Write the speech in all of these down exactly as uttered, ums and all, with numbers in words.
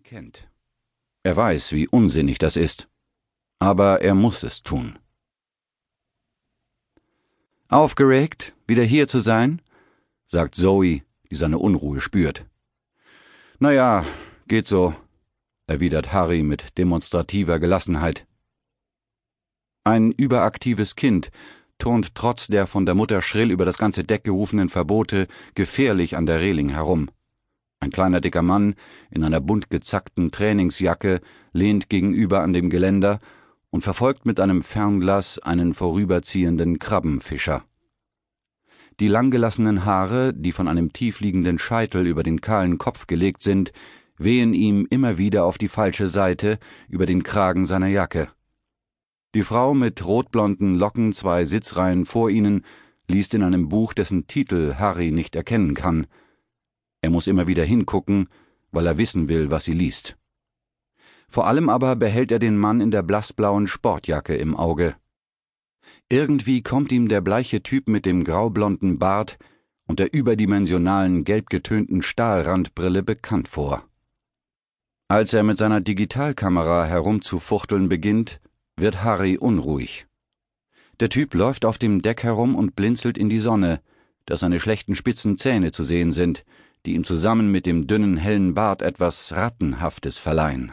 kennt. Er weiß, wie unsinnig das ist, aber er muss es tun. »Aufgeregt, wieder hier zu sein?« sagt Zoe, die seine Unruhe spürt. »Na ja, geht so«, erwidert Harry mit demonstrativer Gelassenheit. Ein überaktives Kind turnt trotz der von der Mutter schrill über das ganze Deck gerufenen Verbote gefährlich an der Reling herum. Ein kleiner dicker Mann in einer bunt gezackten Trainingsjacke lehnt gegenüber an dem Geländer und verfolgt mit einem Fernglas einen vorüberziehenden Krabbenfischer. Die langgelassenen Haare, die von einem tiefliegenden Scheitel über den kahlen Kopf gelegt sind, wehen ihm immer wieder auf die falsche Seite über den Kragen seiner Jacke. Die Frau mit rotblonden Locken zwei Sitzreihen vor ihnen liest in einem Buch, dessen Titel Harry nicht erkennen kann. Er muss immer wieder hingucken, weil er wissen will, was sie liest. Vor allem aber behält er den Mann in der blassblauen Sportjacke im Auge. Irgendwie kommt ihm der bleiche Typ mit dem graublonden Bart und der überdimensionalen gelbgetönten Stahlrandbrille bekannt vor. Als er mit seiner Digitalkamera herumzufuchteln beginnt, wird Harry unruhig. Der Typ läuft auf dem Deck herum und blinzelt in die Sonne, dass seine schlechten spitzen Zähne zu sehen sind, die ihm zusammen mit dem dünnen hellen Bart etwas Rattenhaftes verleihen.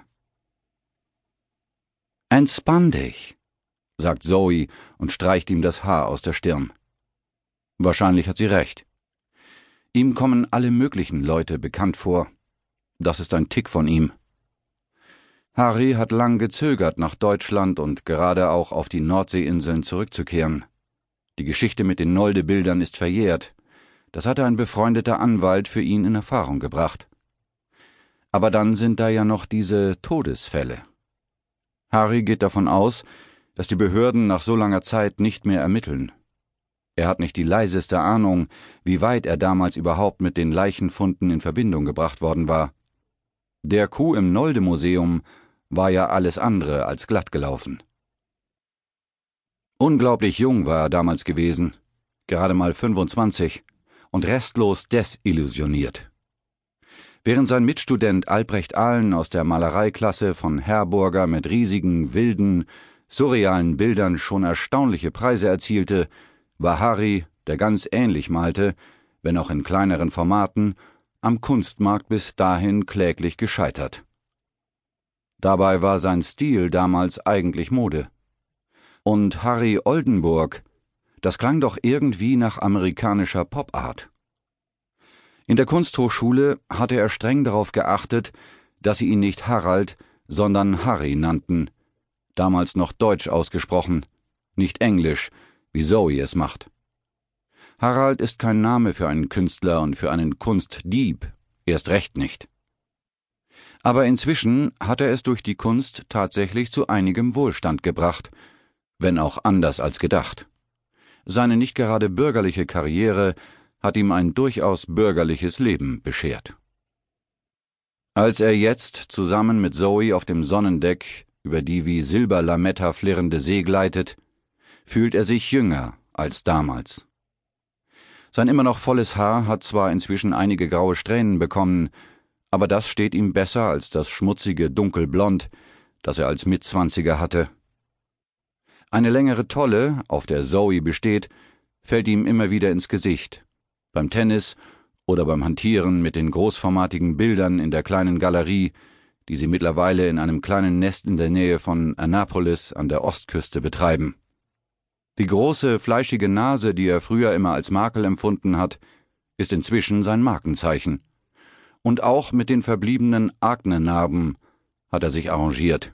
»Entspann dich«, sagt Zoe und streicht ihm das Haar aus der Stirn. Wahrscheinlich hat sie recht. Ihm kommen alle möglichen Leute bekannt vor. Das ist ein Tick von ihm. Harry hat lang gezögert, nach Deutschland und gerade auch auf die Nordseeinseln zurückzukehren. Die Geschichte mit den Nolde-Bildern ist verjährt. Das hatte ein befreundeter Anwalt für ihn in Erfahrung gebracht. Aber dann sind da ja noch diese Todesfälle. Harry geht davon aus, dass die Behörden nach so langer Zeit nicht mehr ermitteln. Er hat nicht die leiseste Ahnung, wie weit er damals überhaupt mit den Leichenfunden in Verbindung gebracht worden war. Der Coup im Nolde-Museum war ja alles andere als glatt gelaufen. Unglaublich jung war er damals gewesen, gerade mal fünfundzwanzig, und restlos desillusioniert. Während sein Mitstudent Albrecht Ahlen aus der Malereiklasse von Herburger mit riesigen, wilden, surrealen Bildern schon erstaunliche Preise erzielte, war Harry, der ganz ähnlich malte, wenn auch in kleineren Formaten, am Kunstmarkt bis dahin kläglich gescheitert. Dabei war sein Stil damals eigentlich Mode. Und Harry Oldenburg, das klang doch irgendwie nach amerikanischer Pop-Art. In der Kunsthochschule hatte er streng darauf geachtet, dass sie ihn nicht Harald, sondern Harry nannten, damals noch deutsch ausgesprochen, nicht englisch, wie Zoe es macht. Harald ist kein Name für einen Künstler und für einen Kunstdieb, erst recht nicht. Aber inzwischen hat er es durch die Kunst tatsächlich zu einigem Wohlstand gebracht, wenn auch anders als gedacht. Seine nicht gerade bürgerliche Karriere hat ihm ein durchaus bürgerliches Leben beschert. Als er jetzt zusammen mit Zoe auf dem Sonnendeck über die wie Silberlametta flirrende See gleitet, fühlt er sich jünger als damals. Sein immer noch volles Haar hat zwar inzwischen einige graue Strähnen bekommen, aber das steht ihm besser als das schmutzige Dunkelblond, das er als Mitzwanziger hatte. Eine längere Tolle, auf der Zoe besteht, fällt ihm immer wieder ins Gesicht, beim Tennis oder beim Hantieren mit den großformatigen Bildern in der kleinen Galerie, die sie mittlerweile in einem kleinen Nest in der Nähe von Annapolis an der Ostküste betreiben. Die große, fleischige Nase, die er früher immer als Makel empfunden hat, ist inzwischen sein Markenzeichen. Und auch mit den verbliebenen Akne-Narben hat er sich arrangiert.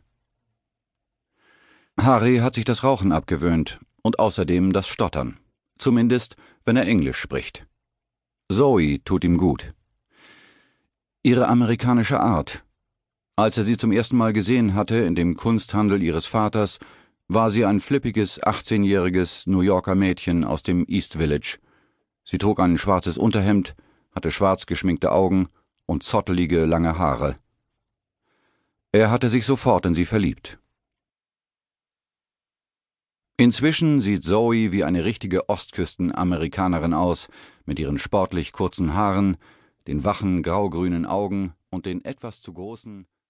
Harry hat sich das Rauchen abgewöhnt und außerdem das Stottern, zumindest wenn er Englisch spricht. Zoe tut ihm gut. Ihre amerikanische Art. Als er sie zum ersten Mal gesehen hatte in dem Kunsthandel ihres Vaters, war sie ein flippiges, achtzehnjähriges New Yorker Mädchen aus dem East Village. Sie trug ein schwarzes Unterhemd, hatte schwarz geschminkte Augen und zottelige, lange Haare. Er hatte sich sofort in sie verliebt. Inzwischen sieht Zoe wie eine richtige Ostküsten-Amerikanerin aus, mit ihren sportlich kurzen Haaren, den wachen graugrünen Augen und den etwas zu großen